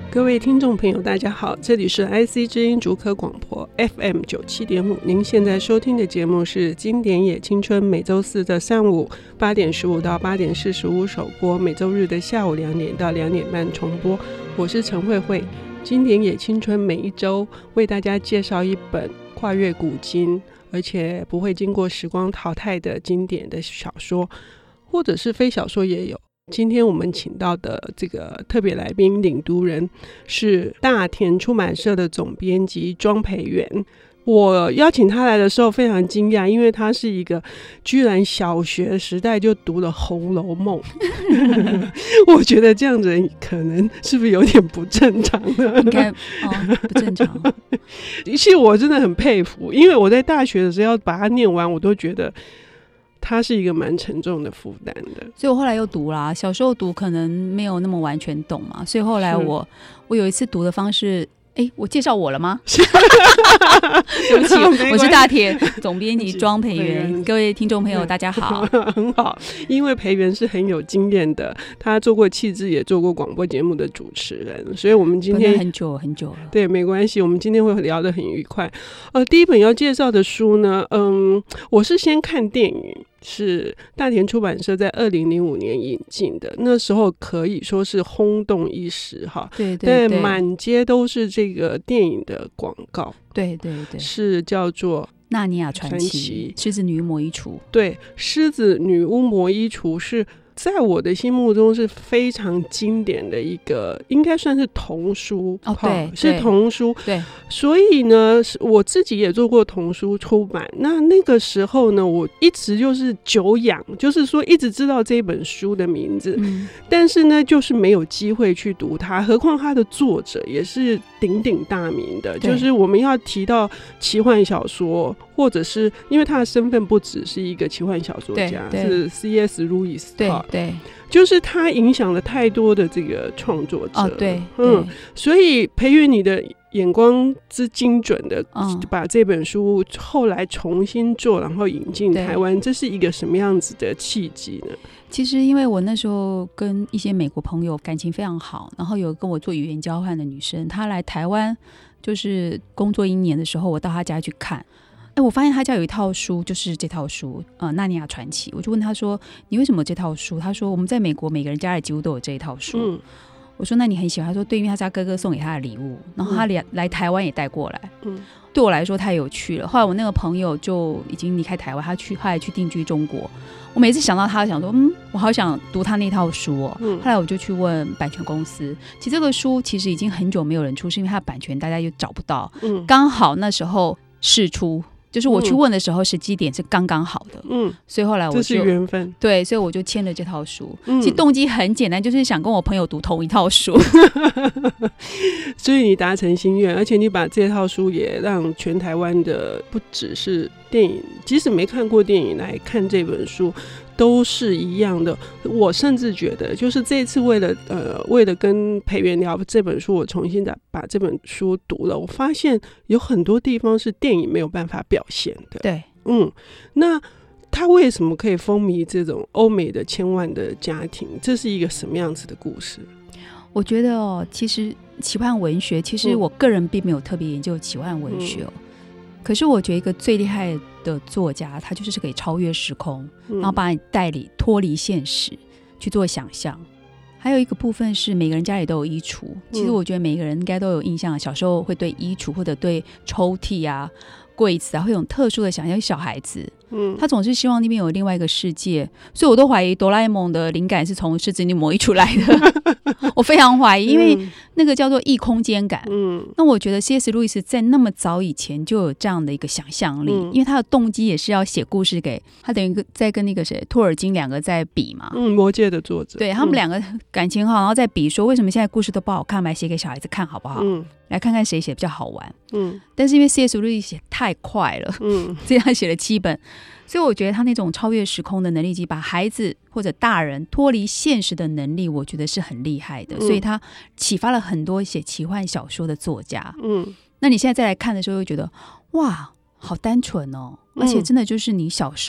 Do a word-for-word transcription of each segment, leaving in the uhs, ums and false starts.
各位听众朋友大家好，这里是 I C 之音竹科广播 F M 九十七点五， 您现在收听的节目是经典也青春，每周四的上午八点十五到八点四十五首播，每周日的下午两点到两点半重播。我是陈慧慧。经典也青春每一周为大家介绍一本跨越古今而且不会经过时光淘汰的经典的小说，或者是非小说也有。今天我们请到的这个特别来宾领读人是大田出版社的总编辑庄培元。我邀请他来的时候非常惊讶，因为他是一个居然小学时代就读了《红楼梦》我觉得这样子可能是不是有点不正常呢？ 应该、哦、不正常其实我真的很佩服，因为我在大学的时候要把它念完，我都觉得它是一个蛮沉重的负担的， 所以我后来又读啦。小时候读可能没有那么完全懂嘛，所以后来我我有一次读的方式，哎，我介绍我了吗？对不起，我是大田总编辑庄培元。各位听众朋友大家好。 很好，因为培元是很有经验的，他做过气质也做过广播节目的主持人，所以我们今天很久很久了， 对，没关系，我们今天会聊得很愉快。呃，第一本要介绍的书呢，嗯，我是先看电影，是大田出版社在二零零五年引进的，那时候可以说是轰动一时哈。 对对对， 满街都是这个电影的广告。 对对对， 是叫做《 纳尼亚传奇》，狮子女巫魔衣橱。 对，狮子女巫魔衣橱是在我的心目中是非常经典的一个，应该算是童书。 哦，对， 是童书。 对， 所以呢，我自己也做过童书出版。那那个时候呢，我一直就是久仰，就是说一直知道这本书的名字，嗯、但是呢，就是没有机会去读它。何况它的作者也是鼎鼎大名的，就是我们要提到奇幻小说，或者是因为他的身份不只是一个奇幻小说家，是 C S 路易斯。 对对， 就是他影响了太多的这个创作者。 哦，对， 嗯，所以培育你的眼光之精准的，嗯、把这本书后来重新做，然后引进台湾，这是一个什么样子的契机呢？ 其实因为我那时候跟一些美国朋友感情非常好，然后有跟我做语言交换的女生，她来台湾就是工作一年的时候，我到她家去看。哎，我发现他家有一套书，就是这套书，呃，《纳尼亚传奇》。我就问他说：“你为什么有这套书？”他说：“我们在美国每个人家里几乎都有这一套书。嗯”我说：“那你很喜欢？”他说：“对，因为他是他哥哥送给他的礼物，然后他来、嗯、来台湾也带过来。嗯，对我来说太有趣了。后来我那个朋友就已经离开台湾，他去后来去定居中国。我每次想到他，想说，嗯，我好想读他那套书哦。嗯、后来我就去问版权公司，其实这个书其实已经很久没有人出，是因为它的版权大家又找不到。嗯，刚好那时候释出。就是我去问的时候，时机点是刚刚好的，嗯，所以后来我就这是缘分， 对，所以我就签了这套书。嗯、其实动机很简单，就是想跟我朋友读同一套书， 所以你达成心愿，而且你把这套书也让全台湾的不只是电影，即使没看过电影来看这本书。都是一样的。我甚至觉得就是这次为了呃为了跟培元聊这本书，我重新的把这本书读了，我发现有很多地方是电影没有办法表现的。 对， 嗯，那他为什么可以风靡这种欧美的千万的家庭？这是一个什么样子的故事？ 我觉得哦，其实奇幻文学，其实我个人并没有特别研究奇幻文学哦。嗯，可是我觉得一个最厉害的作家，他就是可以超越时空，然后把你带离脱离现实去做想象。还有一个部分是每个人家里都有衣橱，其实我觉得每个人应该都有印象，小时候会对衣橱或者对抽屉啊柜子啊会有特殊的想象。小孩子嗯，他总是希望那边有另外一个世界，所以我都怀疑哆啦 A 梦的灵感是从狮子女魔衣出来的我非常怀疑，因为那个叫做异空间感。嗯，那我觉得 C S 路易斯在那么早以前就有这样的一个想象力，嗯、因为他的动机也是要写故事给他，等于在跟那个谁托尔金两个在比嘛。 嗯，魔戒的作者， 对他们两个感情好，然后在比说为什么现在故事都不好看，来写给小孩子看好不好？嗯，来看看谁写比较好玩。嗯，但是因为 C S 路易斯写太快了，嗯，这样写了七本。所以我觉得他那种超越时空的能力及把孩子或者大人脱离现实的能力，我觉得是很厉害的。嗯、所以他启发了很多写奇幻小说的作家。嗯，那你现在再来看的时候，会觉得哇，好单纯哦，而且真的就是你小时候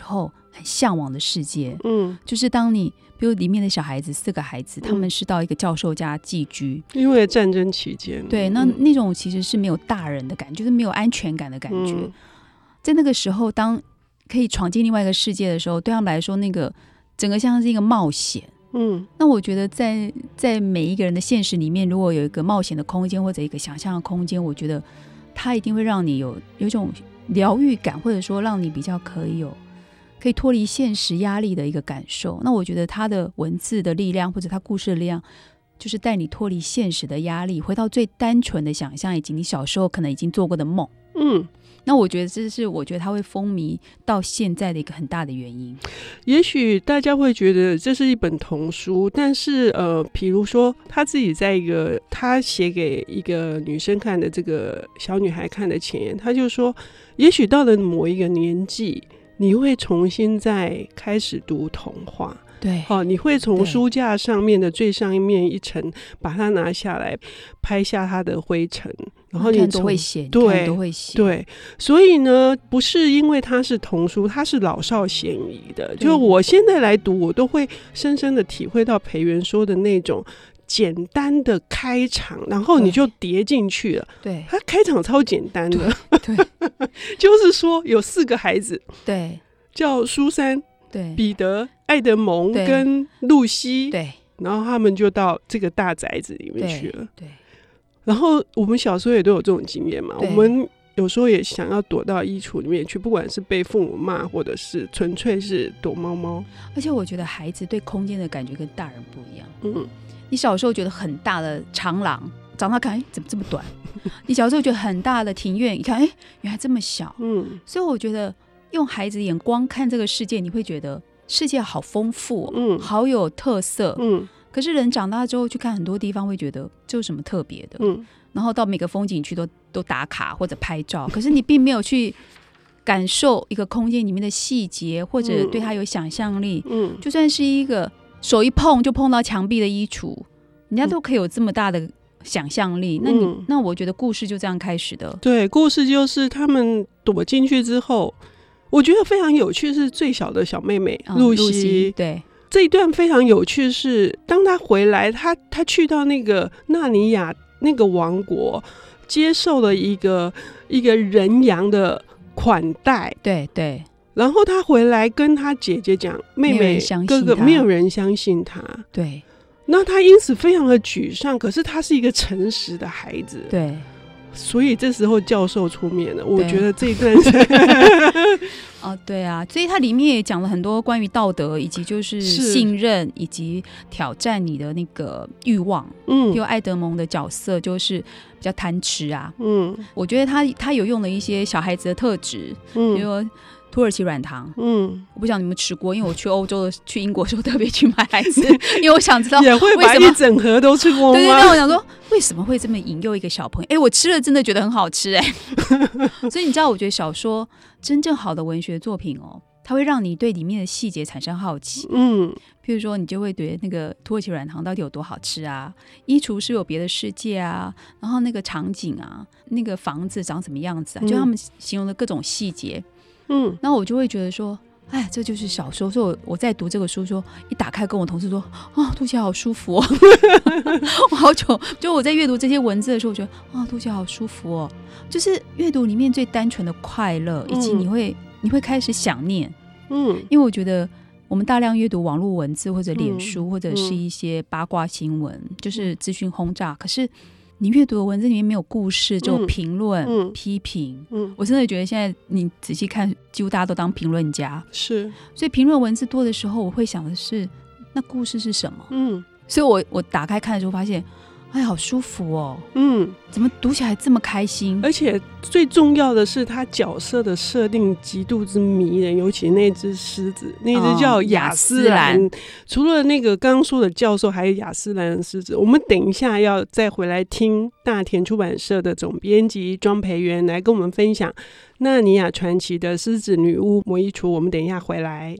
很向往的世界。 嗯， 就是当你比如里面的小孩子四个孩子、嗯、他们是到一个教授家寄居， 因为战争期间， 对，那、嗯、那种其实是没有大人的感觉，就是没有安全感的感觉、嗯、在那个时候当可以闯进另外一个世界的时候，对他们来说那个整个像是一个冒险。嗯，那我觉得在在每一个人的现实里面，如果有一个冒险的空间或者一个想象的空间，我觉得它一定会让你有有一种疗愈感，或者说让你比较可以有可以脱离现实压力的一个感受。那我觉得它的文字的力量或者它故事的力量，就是带你脱离现实的压力，回到最单纯的想象以及你小时候可能已经做过的梦。嗯，那我觉得这是我觉得它会风靡到现在的一个很大的原因。 也许大家会觉得这是一本童书，但是呃，比如说他自己在一个他写给一个女生看的这个小女孩看的前言，他就说也许到了某一个年纪你会重新再开始读童话。 对、 哦，你会从书架上面的最上面一层把它拿下来，拍下它的灰尘，然后你都会写， 对， 都会写， 对。所以呢，不是因为它是童书，它是老少咸宜的。就我现在来读，我都会深深的体会到培元说的那种简单的开场，然后你就跌进去了。 对， 它开场超简单的， 对，对就是说有四个孩子， 对， 叫苏珊。 对， 彼得、艾德蒙跟露西， 对， 然后他们就到这个大宅子里面去了。 对，对， 然后我们小时候也都有这种经验嘛，我们有时候也想要躲到衣橱里面去，不管是被父母骂，或者是纯粹是躲猫猫。 而且我觉得孩子对空间的感觉跟大人不一样。嗯，你小时候觉得很大的长廊，长大看，哎，怎么这么短？你小时候觉得很大的庭院，你看，哎，原来这么小。嗯，所以我觉得。用孩子眼光看这个世界，你会觉得世界好丰富、哦嗯、好有特色、嗯、可是人长大之后去看很多地方会觉得这有什么特别的、嗯、然后到每个风景区 都, 都打卡或者拍照，可是你并没有去感受一个空间里面的细节，或者对它有想象力、嗯、就算是一个手一碰就碰到墙壁的衣橱，人家都可以有这么大的想象力、嗯、那你那我觉得故事就这样开始的。 对，故事就是他们躲进去之后，我觉得非常有趣是最小的小妹妹露西、哦、露西对， 这一段非常有趣是当她回来，她她去到那个纳尼亚那个王国，接受了一个一个人羊的款待， 对对， 然后她回来跟她姐姐讲，妹妹哥哥没有人相信她， 对， 那她因此非常的沮丧，可是她是一个诚实的孩子， 对， 所以这时候教授出面了，我觉得这一段哦，对啊，所以它里面也讲了很多关于道德以及就是信任以及挑战你的那个欲望。嗯，比如艾德蒙的角色就是比较贪吃啊，嗯，我觉得他他有用了一些小孩子的特质，嗯，比如说土耳其软糖，嗯，我不晓得你们吃过，因为我去欧洲的去英国的时候特别去买来吃，因为我想知道也会把一整盒都吃光吗？ 对对对，我想说为什么会这么引诱一个小朋友？哎，我吃了真的觉得很好吃哎、欸，所以你知道，我觉得小说真正好的文学作品哦，它会让你对里面的细节产生好奇，嗯，譬如说你就会觉得那个土耳其软糖到底有多好吃啊，衣橱是有别的世界啊，然后那个场景啊，那个房子长什么样子啊，就他们形容的各种细节。嗯，然后我就会觉得说，哎，这就是小说。所以我我在读这个书说，一打开跟我同事说，啊，读起来好舒服哦。我好久，就我在阅读这些文字的时候，我觉得啊，读起来好舒服哦。就是阅读里面最单纯的快乐，以及你会、嗯、你会开始想念。嗯，因为我觉得我们大量阅读网络文字或者脸书、嗯、或者是一些八卦新闻，嗯、就是资讯轰炸，可是。你阅读的文字里面没有故事，只有评论、嗯、批评、嗯。我真的觉得现在你仔细看，几乎大家都当评论家， 是。 所以评论文字多的时候，我会想的是，那故事是什么？嗯。所以我我打开看的时候，发现，哎，好舒服哦。嗯。怎么读起来这么开心？ 而且最重要的是，他角色的设定极度之迷人，尤其那只狮子，那只叫亚斯兰。哦、除了那个刚刚说的教授，还有亚斯兰的狮子。我们等一下要再回来听大田出版社的总编辑庄培元来跟我们分享《纳尼亚传奇》的狮子女巫魔衣橱。我们等一下回来。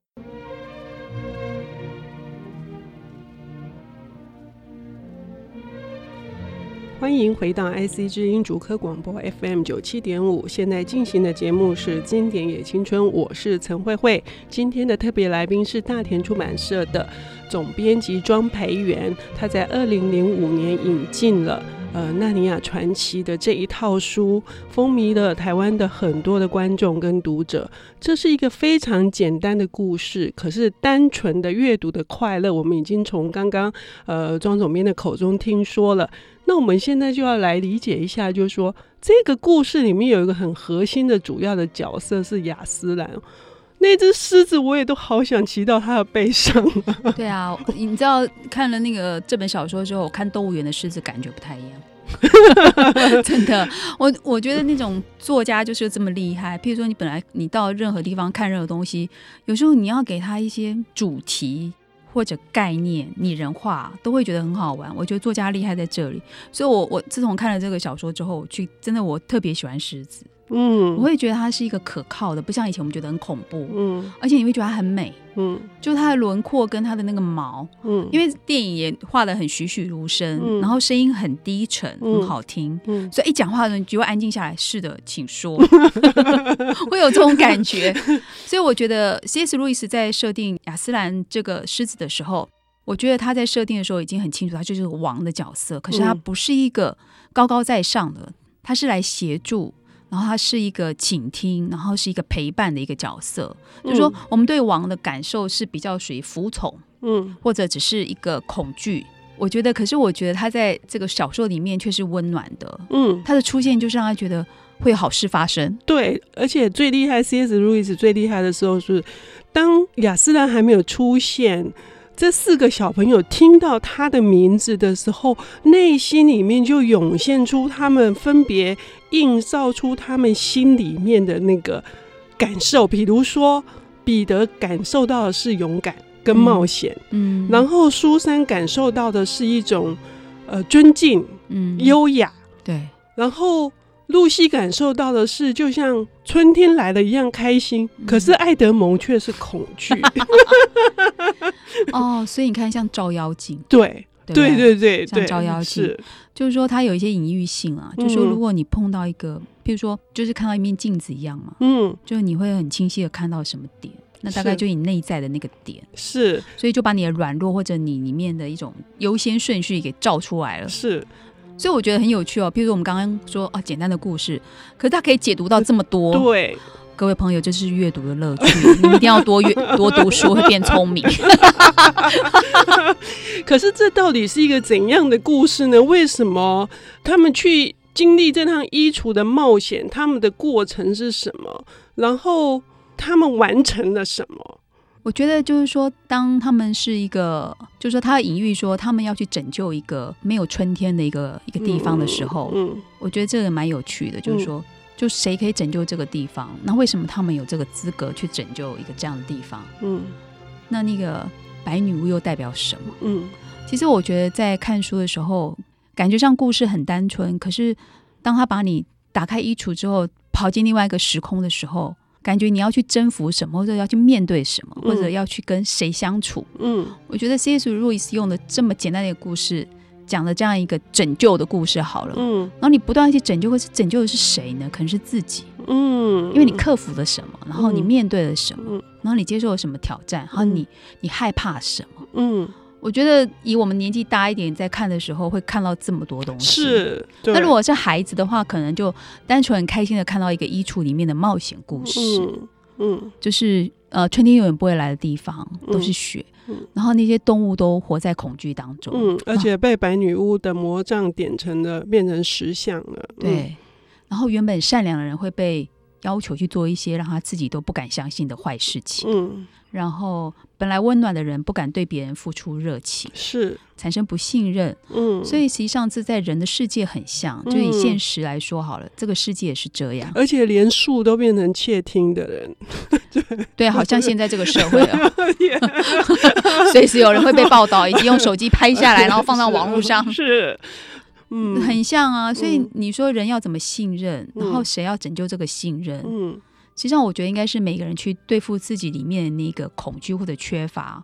欢迎回到 I C 之音竹科广播 F M 九七点五，现在进行的节目是经典也青春，我是陈慧慧。今天的特别来宾是大田出版社的总编辑庄培元，他在二零零五年引进了呃，纳尼亚传奇的这一套书，风靡了台湾的很多的观众跟读者。这是一个非常简单的故事，可是单纯的阅读的快乐，我们已经从刚刚呃庄总编的口中听说了。那我们现在就要来理解一下，就是说这个故事里面有一个很核心的主要的角色是亚斯兰。那只狮子我也都好想骑到它的背上啊。 对啊，你知道看了那个这本小说之后，我看动物园的狮子感觉不太一样。真的，我我觉得那种作家就是这么厉害。譬如说你本来你到任何地方看任何东西，有时候你要给他一些主题或者概念拟人化，都会觉得很好玩。我觉得作家厉害在这里，所以我我自从看了这个小说之后，我去真的我特别喜欢狮子。嗯，我会觉得它是一个可靠的，不像以前我们觉得很恐怖。嗯，而且你会觉得它很美。嗯，就它的轮廓跟它的那个毛。嗯，因为电影也画得很栩栩如生。嗯，然后声音很低沉，嗯，很好听。嗯，所以一讲话的时候你就会安静下来。是的，请说。会有这种感觉。所以我觉得 C S 路易斯在设定亚斯兰这个狮子的时候，我觉得他在设定的时候已经很清楚，他就是个王的角色。可是他不是一个高高在上的，他是来协助。然后他是一个倾听，然后是一个陪伴的一个角色。嗯，就是说我们对王的感受是比较属于服从，嗯，或者只是一个恐惧。我觉得，可是我觉得他在这个小说里面却是温暖的。嗯，他的出现就是让他觉得会有好事发生。 对，而且最厉害 C S 路易斯最厉害的时候是，当亚斯兰还没有出现，这四个小朋友听到他的名字的时候，内心里面就涌现出他们分别映照出他们心里面的那个感受。比如说彼得感受到的是勇敢跟冒险。嗯，然后苏珊感受到的是一种呃尊敬，嗯，优雅。 对， 然后露西感受到的是就像春天来了一样开心。嗯，可是艾德蒙却是恐惧。 哦，所以你看像照妖镜。 对对对对， 像照妖镜，是就是说它有一些隐喻性啊。嗯，就是说如果你碰到一个譬如说就是看到一面镜子一样嘛，嗯，就是你会很清晰的看到什么点，那大概就你内在的那个点。是，所以就把你的软弱或者你里面的一种优先顺序给照出来了。是，所以我觉得很有趣哦。譬如说我们刚刚说啊，简单的故事，可是它可以解读到这么多。对，各位朋友，这是阅读的乐趣，你们一定要多阅多读书，会变聪明。 可是这到底是一个怎样的故事呢？为什么他们去经历这趟衣橱的冒险？他们的过程是什么？然后他们完成了什么？ 我觉得就是说，当他们是一个，就是说，他隐喻说他们要去拯救一个没有春天的一个一个地方的时候，嗯，嗯我觉得这个蛮有趣的，就是说。嗯就谁可以拯救这个地方？那为什么他们有这个资格去拯救一个这样的地方？嗯，那那个白女巫又代表什么？嗯，其实我觉得在看书的时候，感觉上故事很单纯，可是当他把你打开衣橱之后，跑进另外一个时空的时候，感觉你要去征服什么，或者要去面对什么，或者要去跟谁相处。嗯，我觉得 C S 路易斯用的这么简单的一个故事。讲了这样一个拯救的故事好了，嗯，然后你不断去拯救，或是拯救的是谁呢？可能是自己，嗯，因为你克服了什么，然后你面对了什么，嗯，然后你接受了什么挑战，然后你你害怕什么，嗯，我觉得以我们年纪大一点在看的时候，会看到这么多东西。是，那如果是孩子的话，可能就单纯很开心的看到一个衣橱里面的冒险故事，嗯，嗯就是呃春天永远不会来的地方都是雪。嗯然后那些动物都活在恐惧当中， 嗯，而且被白女巫的魔杖点成了，变成石像了。嗯、 对，然后原本善良的人会被要求去做一些让他自己都不敢相信的坏事情。嗯，然后本来温暖的人不敢对别人付出热情，是产生不信任。嗯，所以实际上这在人的世界很像，就以现实来说好了，嗯、这个世界也是这样， 而且连树都变成窃听的人。 对对，好像现在这个社会啊，随时有人会被报道，以及用手机拍下来，然后放到网络上。是。嗯，很像啊，所以你说人要怎么信任，嗯、然后谁要拯救这个信任？嗯，实际上我觉得应该是每个人去对付自己里面的那个恐惧或者缺乏，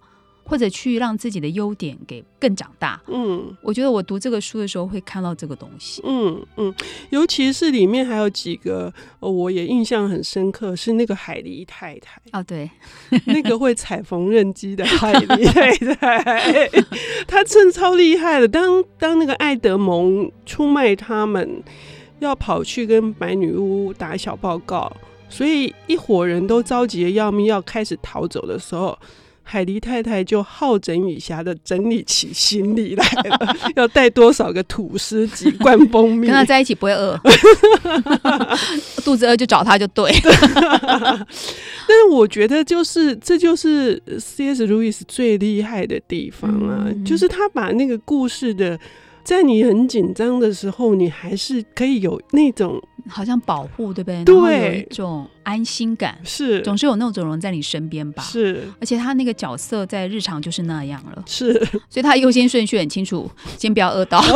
或者去让自己的优点给更长大。嗯，我觉得我读这个书的时候会看到这个东西。 嗯嗯，尤其是里面还有几个、哦、我也印象很深刻，是那个海狸太太。 哦，对， 那个会踩缝纫机的海狸太太，她真的超厉害的。当当那个艾德蒙出卖他们，要跑去跟白女巫打小报告，所以一伙人都着急的要命，要开始逃走的时候，海狸太太就好整以暇的整理起行李来了，要带多少个吐司几罐蜂蜜， 跟他在一起不会饿，肚子饿就找他就对。 但是我觉得就是这就是 C S 路易斯最厉害的地方啊、嗯、就是他把那个故事的，在你很紧张的时候，你还是可以有那种好像保护，对不对？ 对， 然后有一种安心感， 是总是有那种人在你身边吧？ 是， 而且他那个角色在日常就是那样了， 是， 所以他优先顺序很清楚，先不要饿到。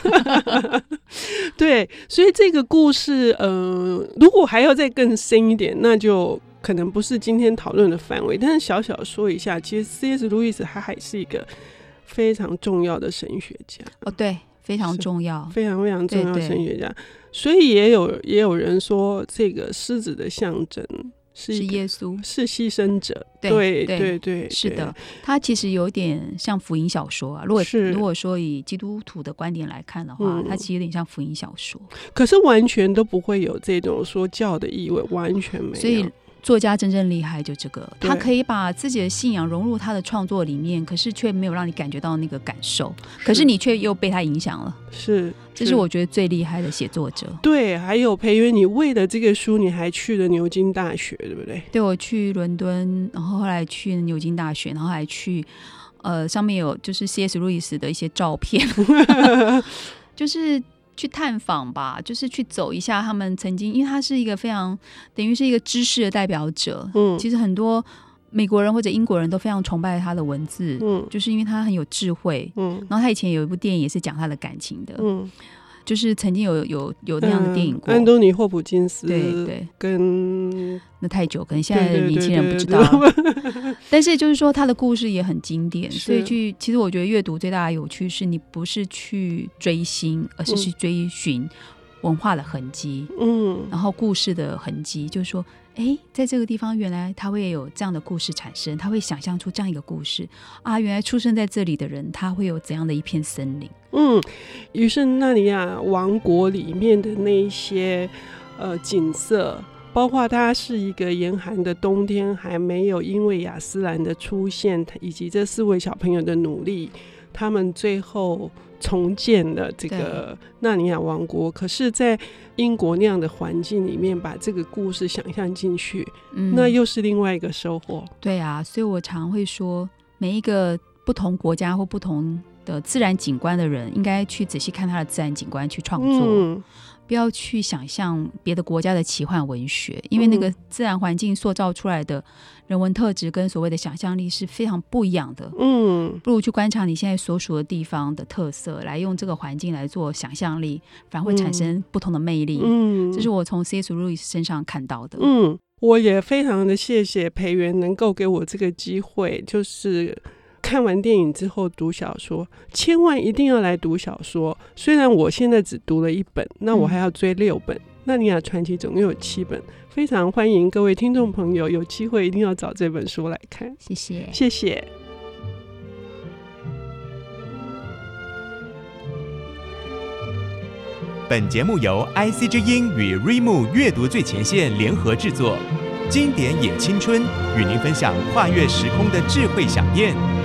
对，所以这个故事，呃，如果还要再更深一点，那就可能不是今天讨论的范围。但是小小说一下，其实 C S 路易斯他还是一个非常重要的神学家。 哦，对。非常重要， 非常非常重要的神学家，所以也有也有人说，这个狮子的象征是是耶稣， 是牺牲者。 对对对对, 对， 是的，它其实有点像福音小说啊。如果如果说以基督徒的观点来看的话，嗯、它其实有点像福音小说， 可是完全都不会有这种说教的意味，完全没有。 所以作家真正厉害就这个，他可以把自己的信仰融入他的创作里面，可是却没有让你感觉到那个感受，可是你却又被他影响了。 是， 这是我觉得最厉害的写作者。 对，还有培元，你为了这个书你还去了牛津大学，对不对？ 对，我去伦敦，然后后来去牛津大学，然后还去呃上面有就是 C S 路易斯的一些照片。就是去探访吧，就是去走一下他们曾经，因为他是一个非常等于是一个知识的代表者。嗯，其实很多美国人或者英国人都非常崇拜他的文字，嗯，就是因为他很有智慧。嗯，然后他以前有一部电影也是讲他的感情的。嗯。就是曾经有有有那样的电影过， 嗯、安东尼·霍普金斯， 对对， 跟那太久，可能现在的年轻人不知道。但是就是说，他的故事也很经典，所以去其实我觉得阅读最大的有趣是你不是去追星，而是去追寻文化的痕迹，嗯，然后故事的痕迹，就是说，哎，在这个地方原来他会有这样的故事产生，他会想象出这样一个故事啊，原来出生在这里的人他会有怎样的一片森林。 嗯，于是纳尼亚王国里面的那一些呃景色，包括它是一个严寒的冬天，还没有因为亚斯兰的出现以及这四位小朋友的努力，他们最后重建了这个纳尼亚王国。可是在英国那样的环境里面把这个故事想象进去、嗯、那又是另外一个收获。 对啊，所以我常会说每一个不同国家或不同的自然景观的人应该去仔细看他的自然景观去创作、嗯、不要去想象别的国家的奇幻文学，因为那个自然环境塑造出来的人文特质跟所谓的想象力是非常不一样的。嗯，不如去观察你现在所属的地方的特色，来用这个环境来做想象力，反而会产生不同的魅力。嗯，这是我从 C S 路易斯身上看到的。 嗯，我也非常的谢谢培元能够给我这个机会，就是看完电影之后读小说，千万一定要来读小说。虽然我现在只读了一本，那我还要追六本、嗯、纳尼亚传奇总共有七本，非常欢迎各位听众朋友有机会一定要找这本书来看。 谢谢， 谢谢。 本节目由 I C 之音与 Readmoo 阅读最前线联合制作，经典也青春，与您分享跨越时空的智慧想念。